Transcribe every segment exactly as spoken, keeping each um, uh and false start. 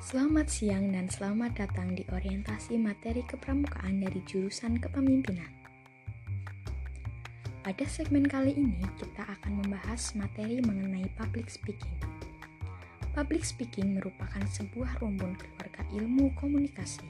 Selamat siang dan selamat datang di orientasi materi kepramukaan dari jurusan Kepemimpinan. Pada segmen kali ini kita akan membahas materi mengenai public speaking. Public speaking merupakan sebuah rumpun keluarga ilmu komunikasi.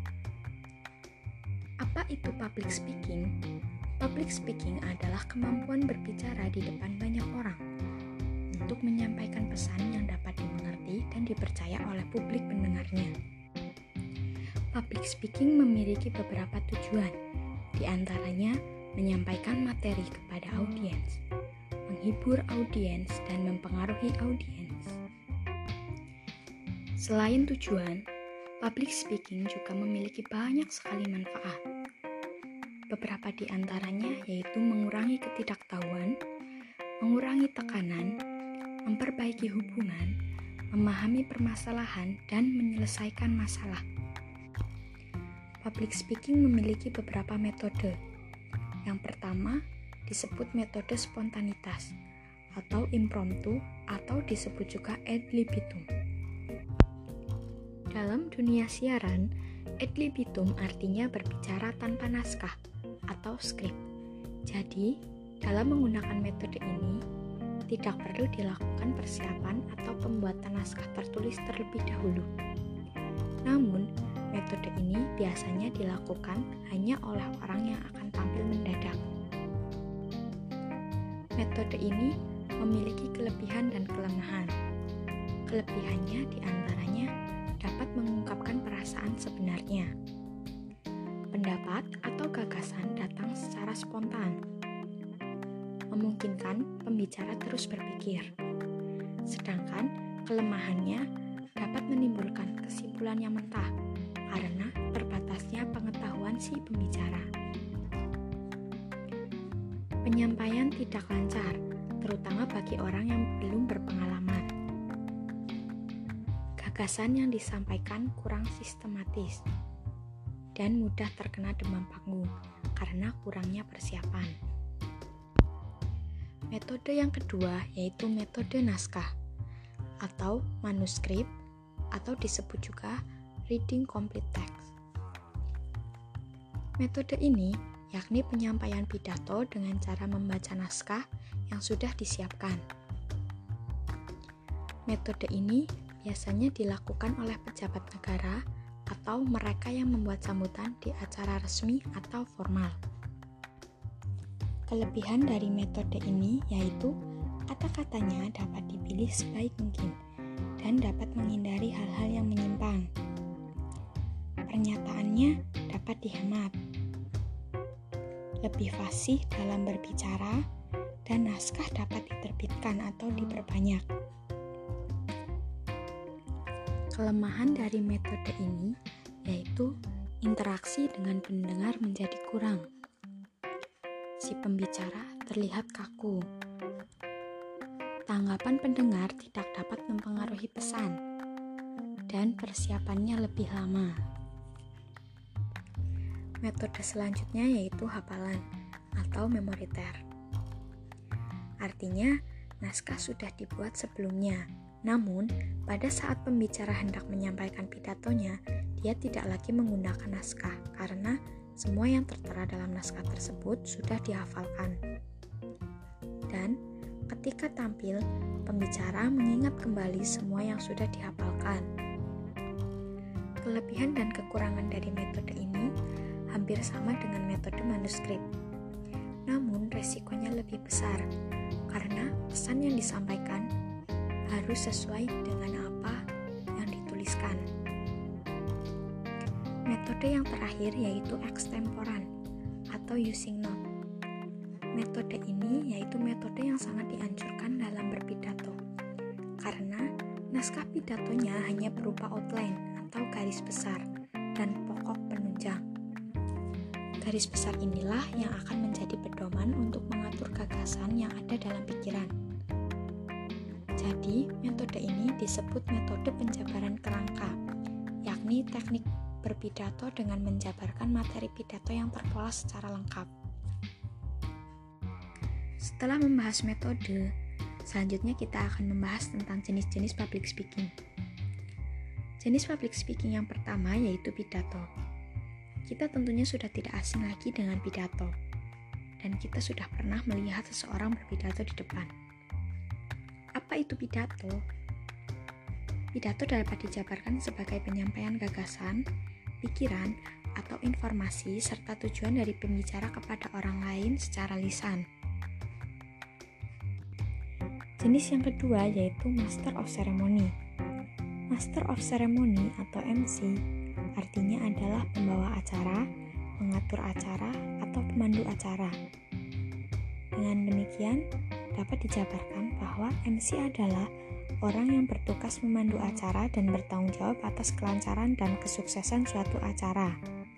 Apa itu public speaking? Public speaking adalah kemampuan berbicara di depan banyak orang untuk menyampaikan pesan yang dapat dimengerti dan dipercaya oleh publik pendengarnya. Public speaking memiliki beberapa tujuan, di antaranya menyampaikan materi kepada audiens, menghibur audiens, dan mempengaruhi audiens. Selain tujuan, public speaking juga memiliki banyak sekali manfaat. Beberapa di antaranya yaitu mengurangi ketidaktahuan, mengurangi tekanan, memperbaiki hubungan, memahami permasalahan, dan menyelesaikan masalah. Public speaking memiliki beberapa metode. Yang pertama disebut metode spontanitas atau impromptu atau disebut juga ad libitum. Dalam dunia siaran, ad libitum artinya berbicara tanpa naskah atau skrip. Jadi, dalam menggunakan metode ini, tidak perlu dilakukan persiapan atau pembuatan naskah tertulis terlebih dahulu. Namun, metode ini biasanya dilakukan hanya oleh orang yang akan tampil mendadak. Metode ini memiliki kelebihan dan kelemahan. Kelebihannya diantaranya dapat mengungkapkan perasaan sebenarnya. Pendapat atau gagasan datang secara spontan, memungkinkan pembicara terus berpikir. Sedangkan kelemahannya dapat menimbulkan kesimpulan yang mentah karena terbatasnya pengetahuan si pembicara. Penyampaian tidak lancar, terutama bagi orang yang belum berpengalaman. Gagasan yang disampaikan kurang sistematis dan mudah terkena demam panggung karena kurangnya persiapan. Metode yang kedua yaitu metode naskah atau manuskrip atau disebut juga reading complete text. Metode ini yakni penyampaian pidato dengan cara membaca naskah yang sudah disiapkan. Metode ini biasanya dilakukan oleh pejabat negara atau mereka yang membuat sambutan di acara resmi atau formal. Kelebihan dari metode ini yaitu kata-katanya dapat dipilih sebaik mungkin dan dapat menghindari hal-hal yang menyimpang. Pernyataannya dapat dihemat, lebih fasih dalam berbicara, dan naskah dapat diterbitkan atau diperbanyak. Kelemahan dari metode ini yaitu interaksi dengan pendengar menjadi kurang. Si pembicara terlihat kaku. Tanggapan pendengar tidak dapat mempengaruhi pesan, dan persiapannya lebih lama. Metode selanjutnya yaitu hafalan atau memoriter. Artinya, naskah sudah dibuat sebelumnya, namun pada saat pembicara hendak menyampaikan pidatonya, dia tidak lagi menggunakan naskah karena semua yang tertera dalam naskah tersebut sudah dihafalkan. Dan ketika tampil, pembicara mengingat kembali semua yang sudah dihafalkan. Kelebihan dan kekurangan dari metode ini hampir sama dengan metode manuskrip. Namun resikonya lebih besar karena pesan yang disampaikan harus sesuai dengan apa yang dituliskan. Metode yang terakhir yaitu extemporan atau using note. Metode ini yaitu metode yang sangat dianjurkan dalam berpidato karena naskah pidatonya hanya berupa outline atau garis besar dan pokok penunjang. Garis besar inilah yang akan menjadi pedoman untuk mengatur gagasan yang ada dalam pikiran. Jadi, metode ini disebut metode penjabaran kerangka, yakni teknik berpidato dengan menjabarkan materi pidato yang terpola secara lengkap. Setelah membahas metode, selanjutnya kita akan membahas tentang jenis-jenis public speaking. Jenis public speaking yang pertama yaitu pidato. Kita tentunya sudah tidak asing lagi dengan pidato, dan kita sudah pernah melihat seseorang berpidato di depan. Apa itu pidato? Pidato dapat dijabarkan sebagai penyampaian gagasan, pikiran, atau informasi serta tujuan dari pembicara kepada orang lain secara lisan. Jenis yang kedua yaitu Master of Ceremony. Master of Ceremony atau M C artinya adalah pembawa acara, pengatur acara, atau pemandu acara. Dengan demikian, dapat dijabarkan bahwa M C adalah orang yang bertugas memandu acara dan bertanggung jawab atas kelancaran dan kesuksesan suatu acara.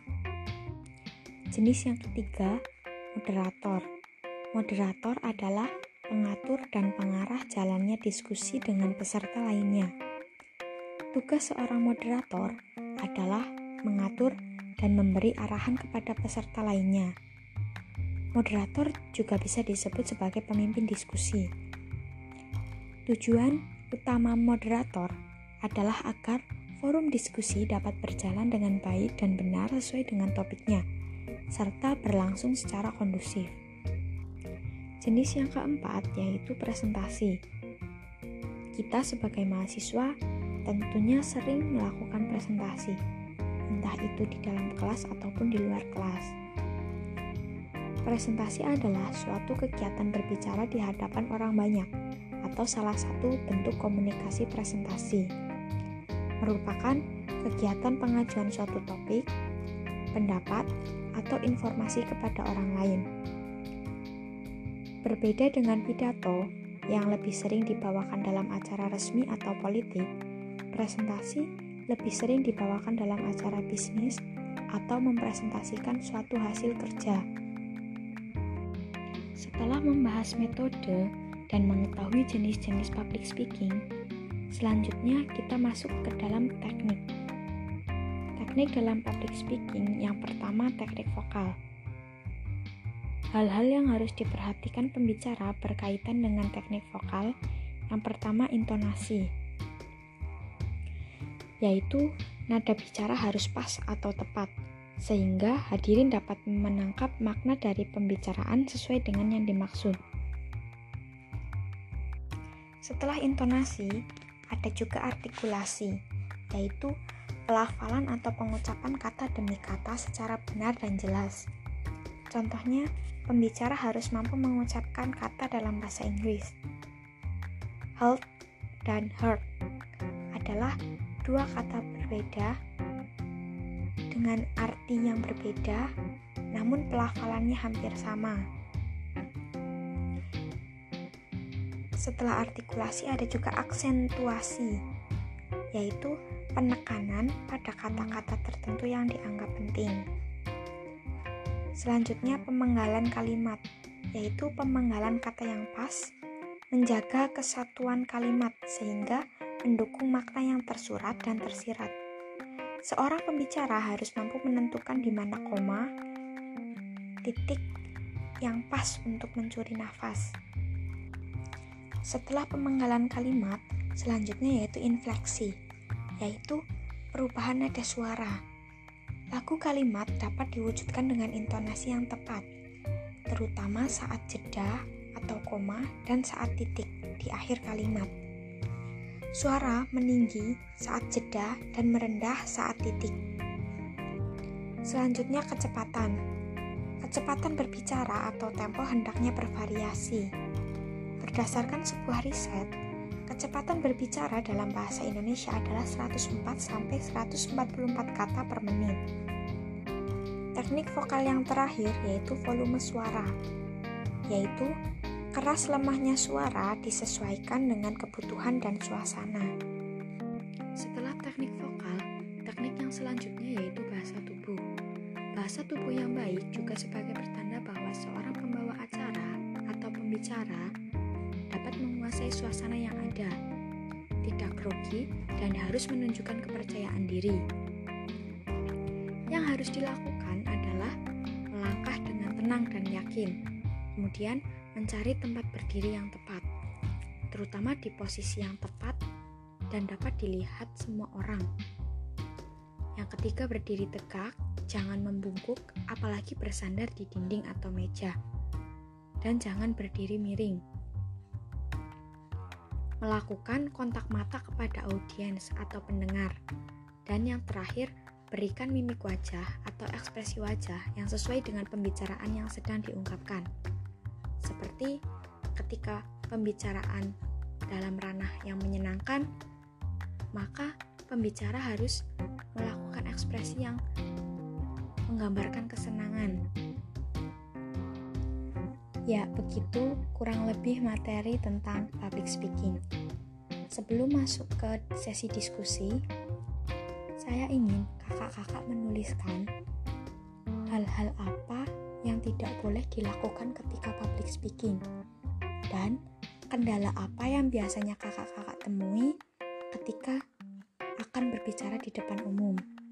Jenis yang ketiga, moderator. Moderator adalah pengatur dan pengarah jalannya diskusi dengan peserta lainnya. Tugas seorang moderator adalah mengatur dan memberi arahan kepada peserta lainnya. Moderator juga bisa disebut sebagai pemimpin diskusi. Tujuan utama moderator adalah agar forum diskusi dapat berjalan dengan baik dan benar sesuai dengan topiknya, serta berlangsung secara kondusif. Jenis yang keempat yaitu presentasi. Kita sebagai mahasiswa tentunya sering melakukan presentasi, entah itu di dalam kelas ataupun di luar kelas. Presentasi adalah suatu kegiatan berbicara di hadapan orang banyak, atau salah satu bentuk komunikasi presentasi. Merupakan kegiatan pengajuan suatu topik, pendapat, atau informasi kepada orang lain. Berbeda dengan pidato yang lebih sering dibawakan dalam acara resmi atau politik, presentasi lebih sering dibawakan dalam acara bisnis atau mempresentasikan suatu hasil kerja. Setelah membahas metode dan mengetahui jenis-jenis public speaking, selanjutnya kita masuk ke dalam teknik. Teknik dalam public speaking yang pertama teknik vokal. Hal-hal yang harus diperhatikan pembicara berkaitan dengan teknik vokal. Yang pertama intonasi, yaitu nada bicara harus pas atau tepat, sehingga hadirin dapat menangkap makna dari pembicaraan sesuai dengan yang dimaksud. Setelah intonasi, ada juga artikulasi, yaitu pelafalan atau pengucapan kata demi kata secara benar dan jelas. Contohnya, pembicara harus mampu mengucapkan kata dalam bahasa Inggris. Halt dan heard adalah dua kata berbeda dengan arti yang berbeda, namun pelafalannya hampir sama. Setelah artikulasi ada juga aksentuasi, yaitu penekanan pada kata-kata tertentu yang dianggap penting. Selanjutnya pemenggalan kalimat, yaitu pemenggalan kata yang pas, menjaga kesatuan kalimat sehingga mendukung makna yang tersurat dan tersirat. Seorang pembicara harus mampu menentukan di mana koma, titik yang pas untuk mencuri nafas. Setelah pemenggalan kalimat, selanjutnya yaitu infleksi, yaitu perubahan nada suara. Lagu kalimat dapat diwujudkan dengan intonasi yang tepat, terutama saat jeda atau koma dan saat titik di akhir kalimat. Suara meninggi saat jeda dan merendah saat titik. Selanjutnya kecepatan. Kecepatan berbicara atau tempo hendaknya bervariasi. Berdasarkan sebuah riset, kecepatan berbicara dalam bahasa Indonesia adalah seratus empat sampai seratus empat puluh empat kata per menit. Teknik vokal yang terakhir yaitu volume suara, yaitu keras lemahnya suara disesuaikan dengan kebutuhan dan suasana. Setelah teknik vokal, teknik yang selanjutnya yaitu bahasa tubuh. Bahasa tubuh yang baik juga sebagai pertanda bahwa seorang pembawa acara atau pembicara dapat menguasai suasana yang ada, tidak grogi, dan harus menunjukkan kepercayaan diri. Yang harus dilakukan adalah melangkah dengan tenang dan yakin, kemudian mencari tempat berdiri yang tepat, terutama di posisi yang tepat dan dapat dilihat semua orang. Yang ketiga, berdiri tegak, jangan membungkuk, apalagi bersandar di dinding atau meja. Dan jangan berdiri miring. Melakukan kontak mata kepada audiens atau pendengar. Dan yang terakhir, berikan mimik wajah atau ekspresi wajah yang sesuai dengan pembicaraan yang sedang diungkapkan. Seperti ketika pembicaraan dalam ranah yang menyenangkan, maka pembicara harus melakukan ekspresi yang menggambarkan kesenangan. Ya, begitu kurang lebih materi tentang public speaking. Sebelum masuk ke sesi diskusi, saya ingin kakak-kakak menuliskan hal-hal apa yang tidak boleh dilakukan ketika public speaking, dan kendala apa yang biasanya kakak-kakak temui ketika akan berbicara di depan umum.